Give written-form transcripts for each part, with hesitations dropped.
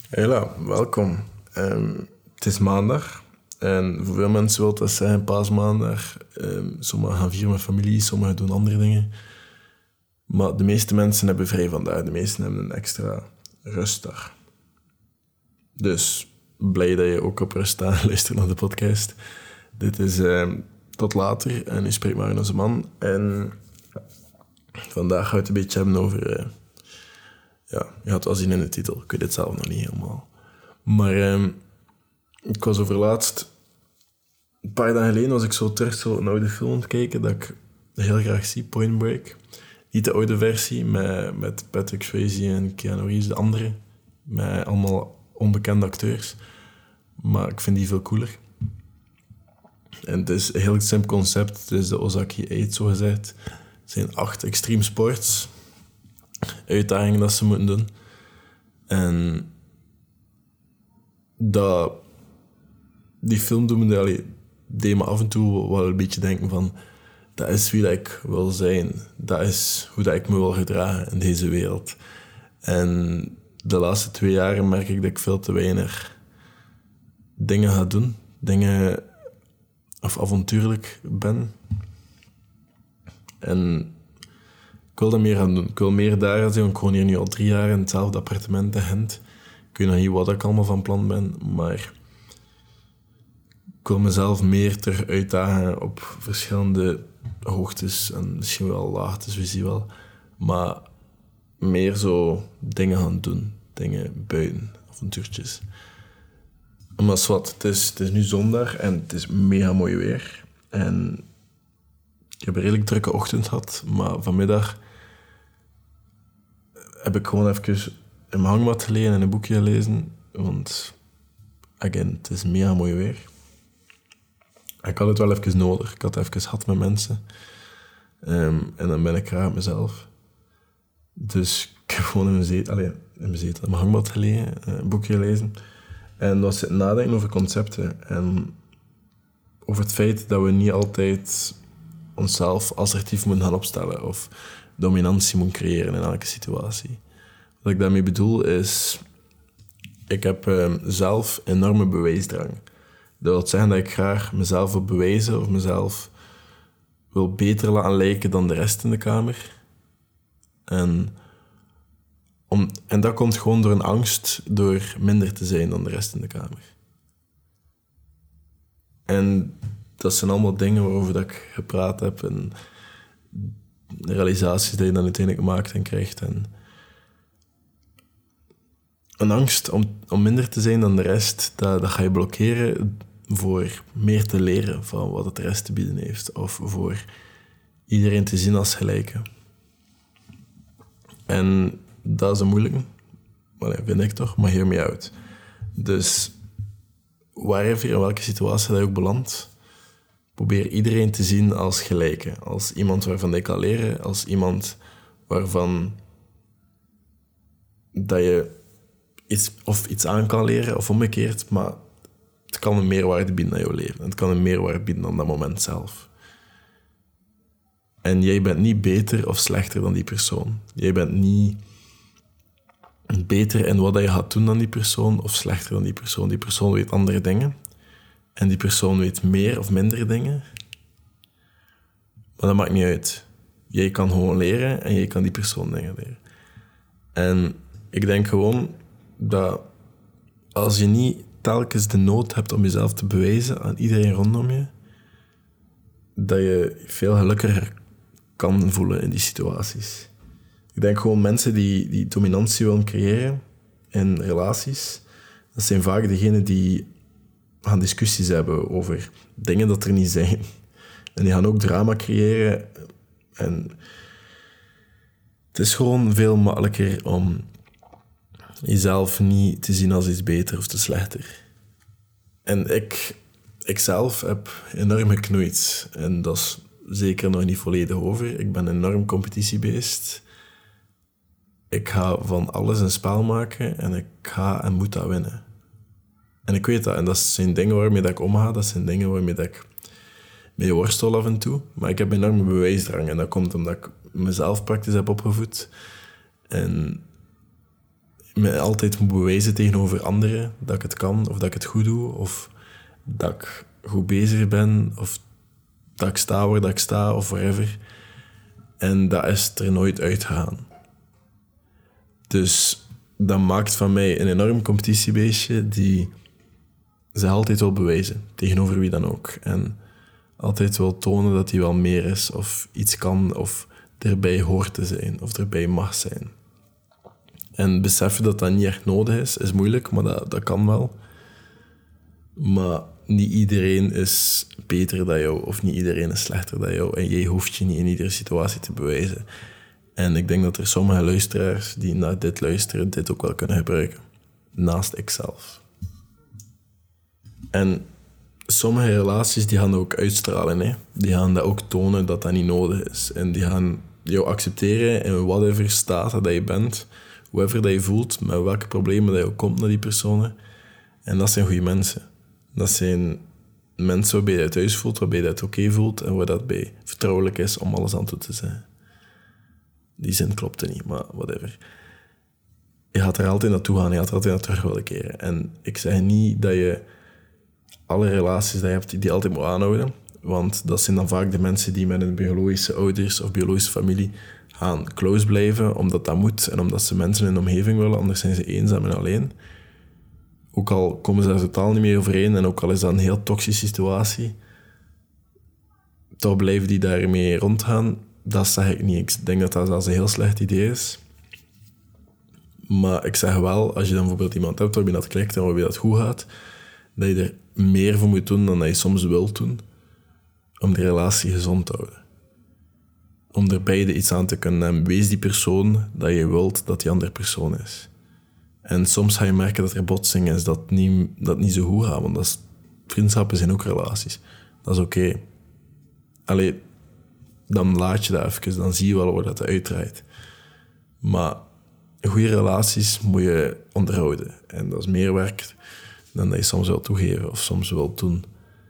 Hela, welkom. Het is maandag en voor veel mensen wil dat zijn paasmaandag. Sommigen gaan vieren met familie, sommigen doen andere dingen. Maar de meeste mensen hebben vrij vandaag. De meesten hebben een extra rustdag. Dus blij dat je ook op rust staat en luistert naar de podcast. Dit is Tot Later en u spreekt maar onze man. En vandaag gaan we het een beetje hebben over... je gaat het wel zien in de titel. Ik weet het zelf nog niet helemaal. Maar ik was over laatst... Een paar dagen geleden was ik zo terug een oude film aan het kijken dat ik heel graag zie, Point Break. Niet de oude versie met Patrick Swayze en Keanu Reeves, de andere. Met allemaal onbekende acteurs. Maar ik vind die veel cooler. En het is een heel simpel concept. Het is de Ozaki 8, zo gezegd. Het zijn 8 extreme sports... uitdagingen dat ze moeten doen. En die film deed me af en toe wel een beetje denken van... Dat is wie dat ik wil zijn. Dat is hoe dat ik me wil gedragen in deze wereld. En de laatste 2 jaar merk ik dat ik veel te weinig dingen ga doen. Of avontuurlijk ben. En... ik wil dat meer gaan doen. Ik wil meer daar gaan zijn. Ik woon hier nu al 3 jaar in hetzelfde appartement in Gent. Ik weet nog niet wat ik allemaal van plan ben, maar ik wil mezelf meer terug uitdagen op verschillende hoogtes en misschien wel laagtes, wie zie wel. Maar meer zo dingen gaan doen. Dingen buiten, avontuurtjes. Maar zwart, het is nu zondag en het is mega mooi weer. En ik heb een redelijk drukke ochtend gehad, maar vanmiddag... heb ik gewoon even in mijn hangmat gelegen en een boekje gelezen. Want, again, het is mega mooi weer. Ik had het wel even nodig. Ik had het even gehad met mensen. En dan ben ik graag mezelf. Dus ik heb gewoon in mijn hangmat gelegen, een boekje gelezen. En was zitten nadenken over concepten. En over het feit dat we niet altijd onszelf assertief moeten gaan opstellen. Of dominantie moet creëren in elke situatie. Wat ik daarmee bedoel is... ik heb zelf enorme bewijsdrang. Dat wil zeggen dat ik graag mezelf wil bewijzen of mezelf wil beter laten lijken dan de rest in de kamer. En dat komt gewoon door een angst door minder te zijn dan de rest in de kamer. En dat zijn allemaal dingen waarover dat ik gepraat heb en de realisaties die je dan uiteindelijk maakt en krijgt. En een angst om minder te zijn dan de rest, dat ga je blokkeren voor meer te leren van wat het de rest te bieden heeft. Of voor iedereen te zien als gelijke. En dat is een moeilijke. Vind ik toch, maar hear me out. Dus wherever, in welke situatie dat je ook belandt, probeer iedereen te zien als gelijke. Als iemand waarvan ik kan leren. Als iemand waarvan dat je iets aan kan leren. Of omgekeerd. Maar het kan een meerwaarde bieden aan jouw leven. Het kan een meerwaarde bieden aan dat moment zelf. En jij bent niet beter of slechter dan die persoon. Jij bent niet beter in wat je gaat doen dan die persoon. Of slechter dan die persoon. Die persoon weet andere dingen. En die persoon weet meer of minder dingen. Maar dat maakt niet uit. Jij kan gewoon leren en jij kan die persoon dingen leren. En ik denk gewoon dat als je niet telkens de nood hebt om jezelf te bewijzen aan iedereen rondom je, dat je veel gelukkiger kan voelen in die situaties. Ik denk gewoon mensen die dominantie willen creëren in relaties, dat zijn vaak degenen die gaan discussies hebben over dingen dat er niet zijn. En die gaan ook drama creëren. En het is gewoon veel makkelijker om jezelf niet te zien als iets beter of te slechter. En ik zelf heb enorm geknoeid. En dat is zeker nog niet volledig over. Ik ben enorm competitiebeest. Ik ga van alles een spel maken en ik ga en moet dat winnen. En ik weet dat. En dat zijn dingen waarmee dat ik omga. Dat zijn dingen waarmee dat ik mee worstel af en toe. Maar ik heb een enorme bewijsdrang. En dat komt omdat ik mezelf praktisch heb opgevoed. En me altijd moet bewijzen tegenover anderen dat ik het kan, of dat ik het goed doe, of dat ik goed bezig ben, of dat ik sta waar dat ik sta, of whatever. En dat is er nooit uitgegaan. Dus dat maakt van mij een enorm competitiebeestje die zich altijd wil bewijzen, tegenover wie dan ook. En altijd wil tonen dat hij wel meer is, of iets kan, of erbij hoort te zijn, of erbij mag zijn. En beseffen dat dat niet echt nodig is moeilijk, maar dat kan wel. Maar niet iedereen is beter dan jou, of niet iedereen is slechter dan jou. En jij hoeft je niet in iedere situatie te bewijzen. En ik denk dat er sommige luisteraars die naar dit luisteren, dit ook wel kunnen gebruiken. Naast ikzelf. En sommige relaties die gaan dat ook uitstralen. Hè. Die gaan dat ook tonen dat dat niet nodig is. En die gaan jou accepteren in whatever staat dat je bent. Hoever dat je voelt, met welke problemen dat je ook komt naar die personen. En dat zijn goede mensen. Dat zijn mensen waarbij je het thuis voelt, waarbij je het oké voelt en waar dat bij vertrouwelijk is om alles aan toe te zeggen. Die zin klopte niet, maar whatever. Je gaat er altijd naartoe gaan, je gaat er altijd naar terug willen keren. En ik zeg niet dat je alle relaties die je hebt, die altijd moet aanhouden. Want dat zijn dan vaak de mensen die met hun biologische ouders of biologische familie gaan close blijven, omdat dat moet en omdat ze mensen in de omgeving willen, anders zijn ze eenzaam en alleen. Ook al komen ze er totaal niet meer overeen en ook al is dat een heel toxische situatie, toch blijven die daarmee rondgaan. Dat zeg ik niet. Ik denk dat dat zelfs een heel slecht idee is. Maar ik zeg wel, als je dan bijvoorbeeld iemand hebt waarbij dat klikt en waarbij dat goed gaat, dat je er meer voor moet doen dan dat je soms wilt doen om de relatie gezond te houden. Om er beide iets aan te kunnen nemen. Wees die persoon dat je wilt dat die andere persoon is. En soms ga je merken dat er botsing is, dat niet zo goed gaat, want vriendschappen zijn ook relaties. Dat is oké. Allee, dan laat je dat even, dan zie je wel waar dat uitdraait. Maar goede relaties moet je onderhouden. En dat is meer werk dan dat je soms wil toegeven of soms wil doen.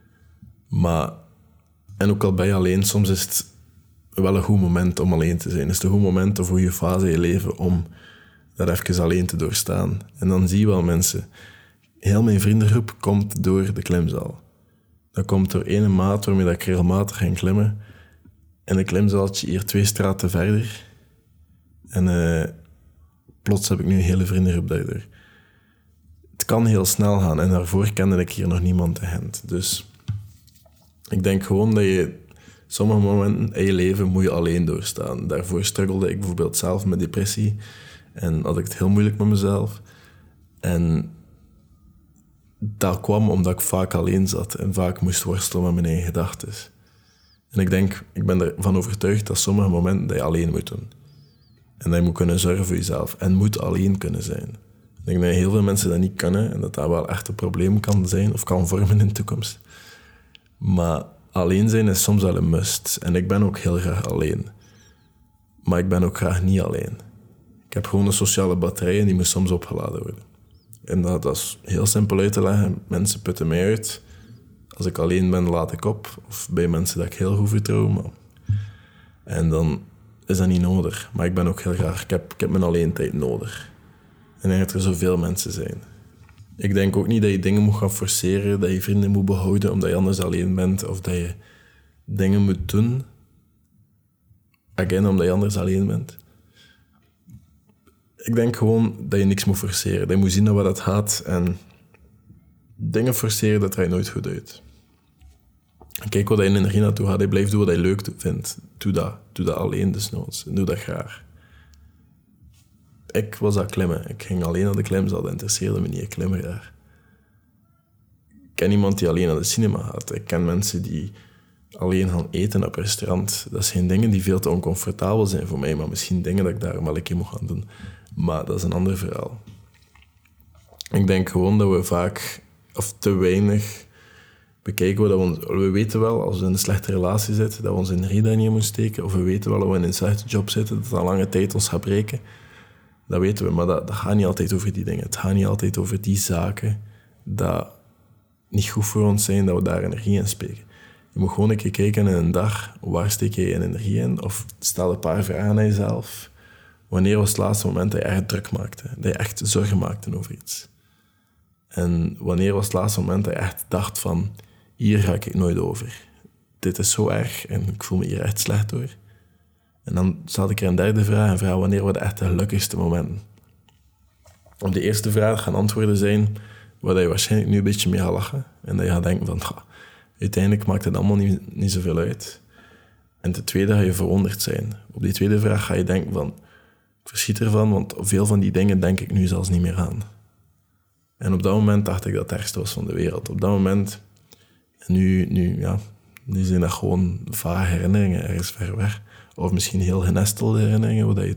En ook al ben je alleen, soms is het wel een goed moment om alleen te zijn. Is het een goed moment of een goede fase in je leven om dat even alleen te doorstaan. En dan zie je wel mensen. Heel mijn vriendengroep komt door de klimzaal. Dat komt door ene maat waarmee ik regelmatig ging klimmen. En een klimzaaltje hier 2 straten verder. En plots heb ik nu een hele vriendengroep daardoor. Het kan heel snel gaan. En daarvoor kende ik hier nog niemand in Gent. Dus ik denk gewoon dat je sommige momenten in je leven moet je alleen doorstaan. Daarvoor struggelde ik bijvoorbeeld zelf met depressie. En had ik het heel moeilijk met mezelf. En dat kwam omdat ik vaak alleen zat. En vaak moest worstelen met mijn eigen gedachten. En ik ben ervan overtuigd dat sommige momenten dat je alleen moet doen. En dat je moet kunnen zorgen voor jezelf. En moet alleen kunnen zijn. Ik denk dat heel veel mensen dat niet kunnen. En dat dat wel echt een probleem kan zijn. Of kan vormen in de toekomst. Maar alleen zijn is soms wel een must. En ik ben ook heel graag alleen. Maar ik ben ook graag niet alleen. Ik heb gewoon een sociale batterij en die moet soms opgeladen worden. En dat is heel simpel uit te leggen. Mensen putten mij uit. Als ik alleen ben, laat ik op. Of bij mensen dat ik heel goed vertrouw. Maar... En dan is dat niet nodig. Maar ik ben ook heel graag... Ik heb mijn alleentijd nodig. En dat er zoveel mensen zijn. Ik denk ook niet dat je dingen moet gaan forceren, dat je vrienden moet behouden omdat je anders alleen bent, of dat je dingen moet doen, omdat je anders alleen bent. Ik denk gewoon dat je niks moet forceren. Dat je moet zien naar wat het gaat en dingen forceren, dat draait nooit goed uit. Kijk waar je energie naartoe gaat. Je blijft doen wat je leuk vindt. Doe dat alleen desnoods. En doe dat graag. Ik was aan het klimmen. Ik ging alleen naar de klimzaal. Dat interesseerde me niet. Ik klim graag. Ik ken iemand die alleen naar de cinema gaat. Ik ken mensen die alleen gaan eten op een restaurant. Dat zijn dingen die veel te oncomfortabel zijn voor mij. Maar misschien dingen dat ik daar wel een keer moet gaan doen. Maar dat is een ander verhaal. Ik denk gewoon dat we vaak, of te weinig, bekijken we weten wel, als we in een slechte relatie zitten, dat we onze energie daar niet in moeten steken. Of we weten wel, als we in een slechte job zitten, dat het al lange tijd ons gaat breken. Dat weten we, maar dat gaat niet altijd over die dingen. Het gaat niet altijd over die zaken dat niet goed voor ons zijn, dat we daar energie in steken. Je moet gewoon een keer kijken in een dag, waar steek je je energie in? Of stel een paar vragen aan jezelf. wanneer was het laatste moment dat je echt druk maakte? Dat je echt zorgen maakte over iets? En wanneer was het laatste moment dat je echt dacht van, hier ga ik nooit over. Dit is zo erg en ik voel me hier echt slecht door. En dan zat ik er een derde vraag en vraag, wanneer waren echt de gelukkigste momenten? Op de eerste vraag gaan antwoorden zijn waar je waarschijnlijk nu een beetje mee gaat lachen. En dat je gaat denken van, uiteindelijk maakt het allemaal niet zoveel uit. En ten tweede ga je verwonderd zijn. Op die tweede vraag ga je denken van, ik verschiet ervan, want veel van die dingen denk ik nu zelfs niet meer aan. En op dat moment dacht ik dat het ergste was van de wereld. Op dat moment, en nu zijn dat gewoon vage herinneringen ergens ver weg. Of misschien heel genestelde herinneringen, waar je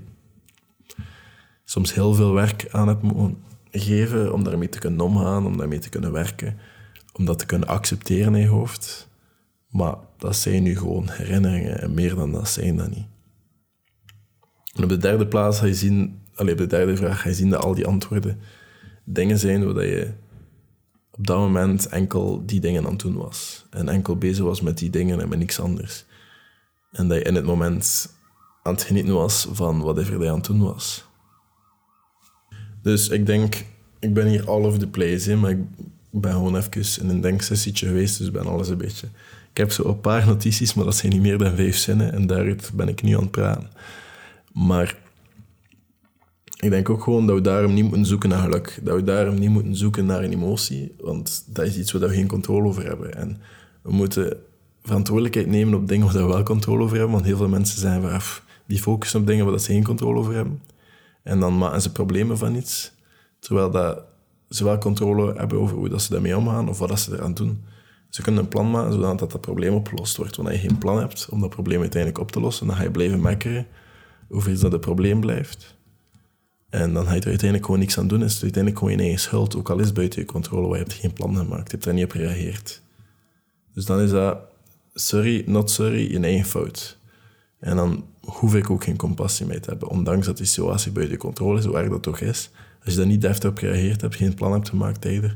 soms heel veel werk aan hebt moeten geven om daarmee te kunnen omgaan, om daarmee te kunnen werken, om dat te kunnen accepteren in je hoofd. Maar dat zijn nu gewoon herinneringen en meer dan dat zijn dat niet. En op de derde plaats ga je zien, op de derde vraag ga je zien dat al die antwoorden dingen zijn waar je op dat moment enkel die dingen aan het doen was. En enkel bezig was met die dingen en met niks anders. En dat je in het moment aan het genieten was van whatever dat je aan het doen was. Dus ik denk, ik ben hier all over the place, maar ik ben gewoon even in een denksessietje geweest, dus ben alles een beetje... Ik heb zo een paar notities, maar dat zijn niet meer dan 5 zinnen en daaruit ben ik nu aan het praten. Maar ik denk ook gewoon dat we daarom niet moeten zoeken naar geluk. Dat we daarom niet moeten zoeken naar een emotie, want dat is iets waar we geen controle over hebben. En we moeten verantwoordelijkheid nemen op dingen waar we wel controle over hebben, want heel veel mensen zijn van, die focussen op dingen waar ze geen controle over hebben. En dan maken ze problemen van iets, terwijl dat ze wel controle hebben over hoe dat ze daarmee omgaan of wat ze eraan doen. Ze kunnen een plan maken zodat dat probleem opgelost wordt. Wanneer je geen plan hebt om dat probleem uiteindelijk op te lossen, dan ga je blijven mekkeren over iets dat het probleem blijft. En dan ga je er uiteindelijk gewoon niks aan doen. Is het uiteindelijk gewoon je eigen schuld, ook al is het buiten je controle, want je hebt geen plan gemaakt, je hebt daar niet op gereageerd. Dus dan is dat, sorry, not sorry, je eigen fout. En dan hoef ik ook geen compassie mee te hebben, ondanks dat die situatie buiten je controle is, hoe erg dat toch is. Als je daar niet deftig op gereageerd hebt, geen plan hebt gemaakt eerder,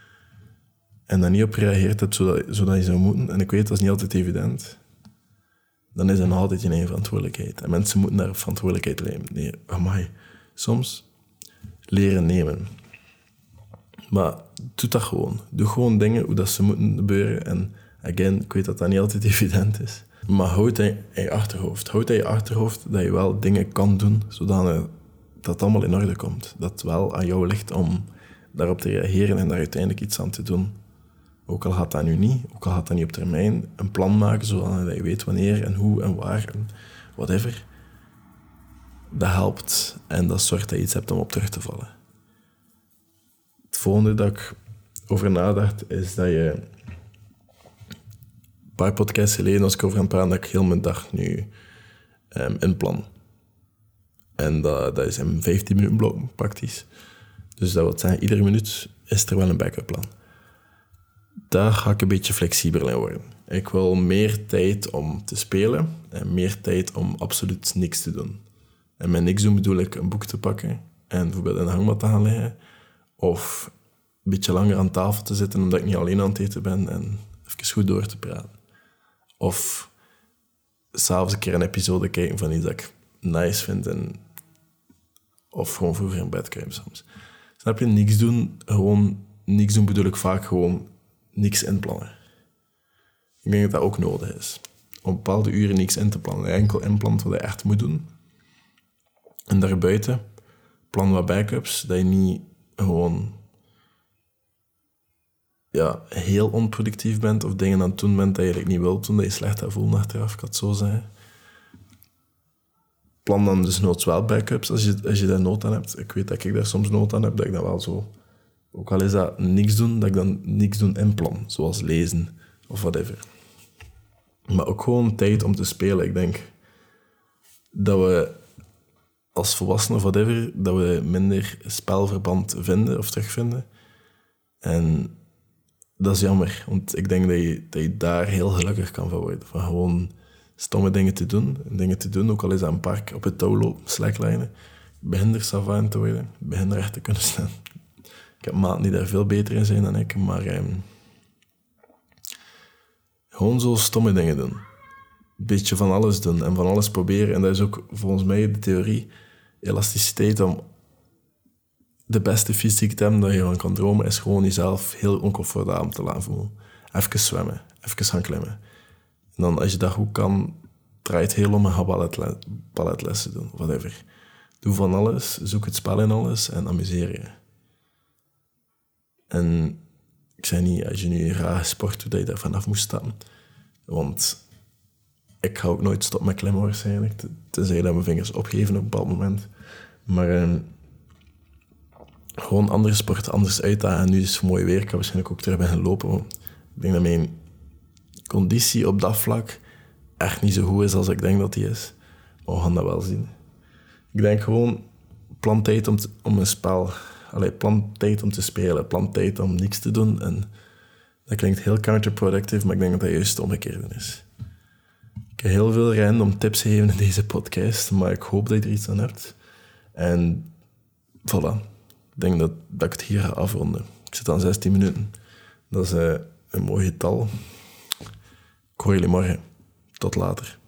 en daar niet op gereageerd hebt zodat je zou moeten, en ik weet, dat is niet altijd evident, dan is dat nog altijd je eigen verantwoordelijkheid. En mensen moeten daar verantwoordelijkheid nemen. Nee, amai. Soms leren nemen. Maar doe dat gewoon. Doe gewoon dingen hoe dat ze moeten gebeuren. En again, ik weet dat dat niet altijd evident is. Maar houd dat in je achterhoofd. Houd in je achterhoofd dat je wel dingen kan doen, zodat dat allemaal in orde komt. Dat het wel aan jou ligt om daarop te reageren en daar uiteindelijk iets aan te doen. Ook al gaat dat nu niet, ook al gaat dat niet op termijn, een plan maken, zodat je weet wanneer en hoe en waar en whatever. Dat helpt en dat zorgt dat je iets hebt om op terug te vallen. Het volgende dat ik over nadacht, is dat je... Een paar podcasts geleden was ik over aan het praten dat ik heel mijn dag nu inplan. En dat is in 15 minuten blokken, praktisch. Dus dat wil zeggen, iedere minuut is er wel een backup plan. Daar ga ik een beetje flexibeler in worden. Ik wil meer tijd om te spelen en meer tijd om absoluut niks te doen. En met niks doen bedoel ik een boek te pakken en bijvoorbeeld in de hangmat te gaan liggen. Of een beetje langer aan tafel te zitten omdat ik niet alleen aan het eten ben en even goed door te praten. Of s'avonds een keer een episode kijken van iets dat ik nice vind. Of gewoon vroeger in bed kruipen soms. Snap je? Niks doen. Gewoon niks doen bedoel ik vaak gewoon niks inplannen. Ik denk dat dat ook nodig is. Op bepaalde uren niks in te plannen. Enkel inplant wat je echt moet doen. En daarbuiten plan wat backups, dat je niet gewoon heel onproductief bent of dingen aan het doen bent dat je eigenlijk niet wilt doen, dat je slecht gaat voelen achteraf, ik kan het zo zeggen. Plan dan dus noods wel backups als je daar nood aan hebt. Ik weet dat ik daar soms nood aan heb, dat ik dat wel zo... Ook al is dat niks doen, dat ik dan niks doen inplan, zoals lezen of whatever. Maar ook gewoon tijd om te spelen. Ik denk dat we als volwassenen of whatever, dat we minder spelverband vinden of terugvinden. En dat is jammer, want ik denk dat je daar heel gelukkig kan van worden. Van gewoon stomme dingen te doen, ook al is dat een park op het touw lopen, slacklinen. Ik begin er savant te worden, ik begin er echt te kunnen staan. Ik heb maten die daar veel beter in zijn dan ik, maar gewoon zo stomme dingen doen. Een beetje van alles doen en van alles proberen. En dat is ook volgens mij de theorie. elasticiteit om de beste fysiek te hebben dat je van kan dromen, is gewoon jezelf heel oncomfortabel te laten voelen. Even zwemmen, even gaan klimmen. En dan, als je dat goed kan, draai het heel om en ga balletlessen doen, whatever. Doe van alles, zoek het spel in alles en amuseer je. En ik zei niet, als je nu een rare sport doet, dat je daar vanaf moet stappen. Want ik ga ook nooit stoppen met klimmen waarschijnlijk, tenzij dat mijn vingers opgeven op een bepaald moment. Maar gewoon andere sporten, anders uitdagen. En nu is het mooi weer, ik kan waarschijnlijk ook terug beginnen lopen. Want ik denk dat mijn conditie op dat vlak echt niet zo goed is als ik denk dat die is. Maar we gaan dat wel zien. Ik denk gewoon, plan tijd om een spel... plan tijd om te spelen, plan tijd om niks te doen. En dat klinkt heel counterproductive, maar ik denk dat dat juist het omgekeerde is. Ik heb heel veel random tips gegeven in deze podcast, maar ik hoop dat je er iets aan hebt. En voilà. Ik denk dat ik het hier ga afronden. Ik zit aan 16 minuten. Dat is een mooi getal. Ik hoor jullie morgen. Tot later.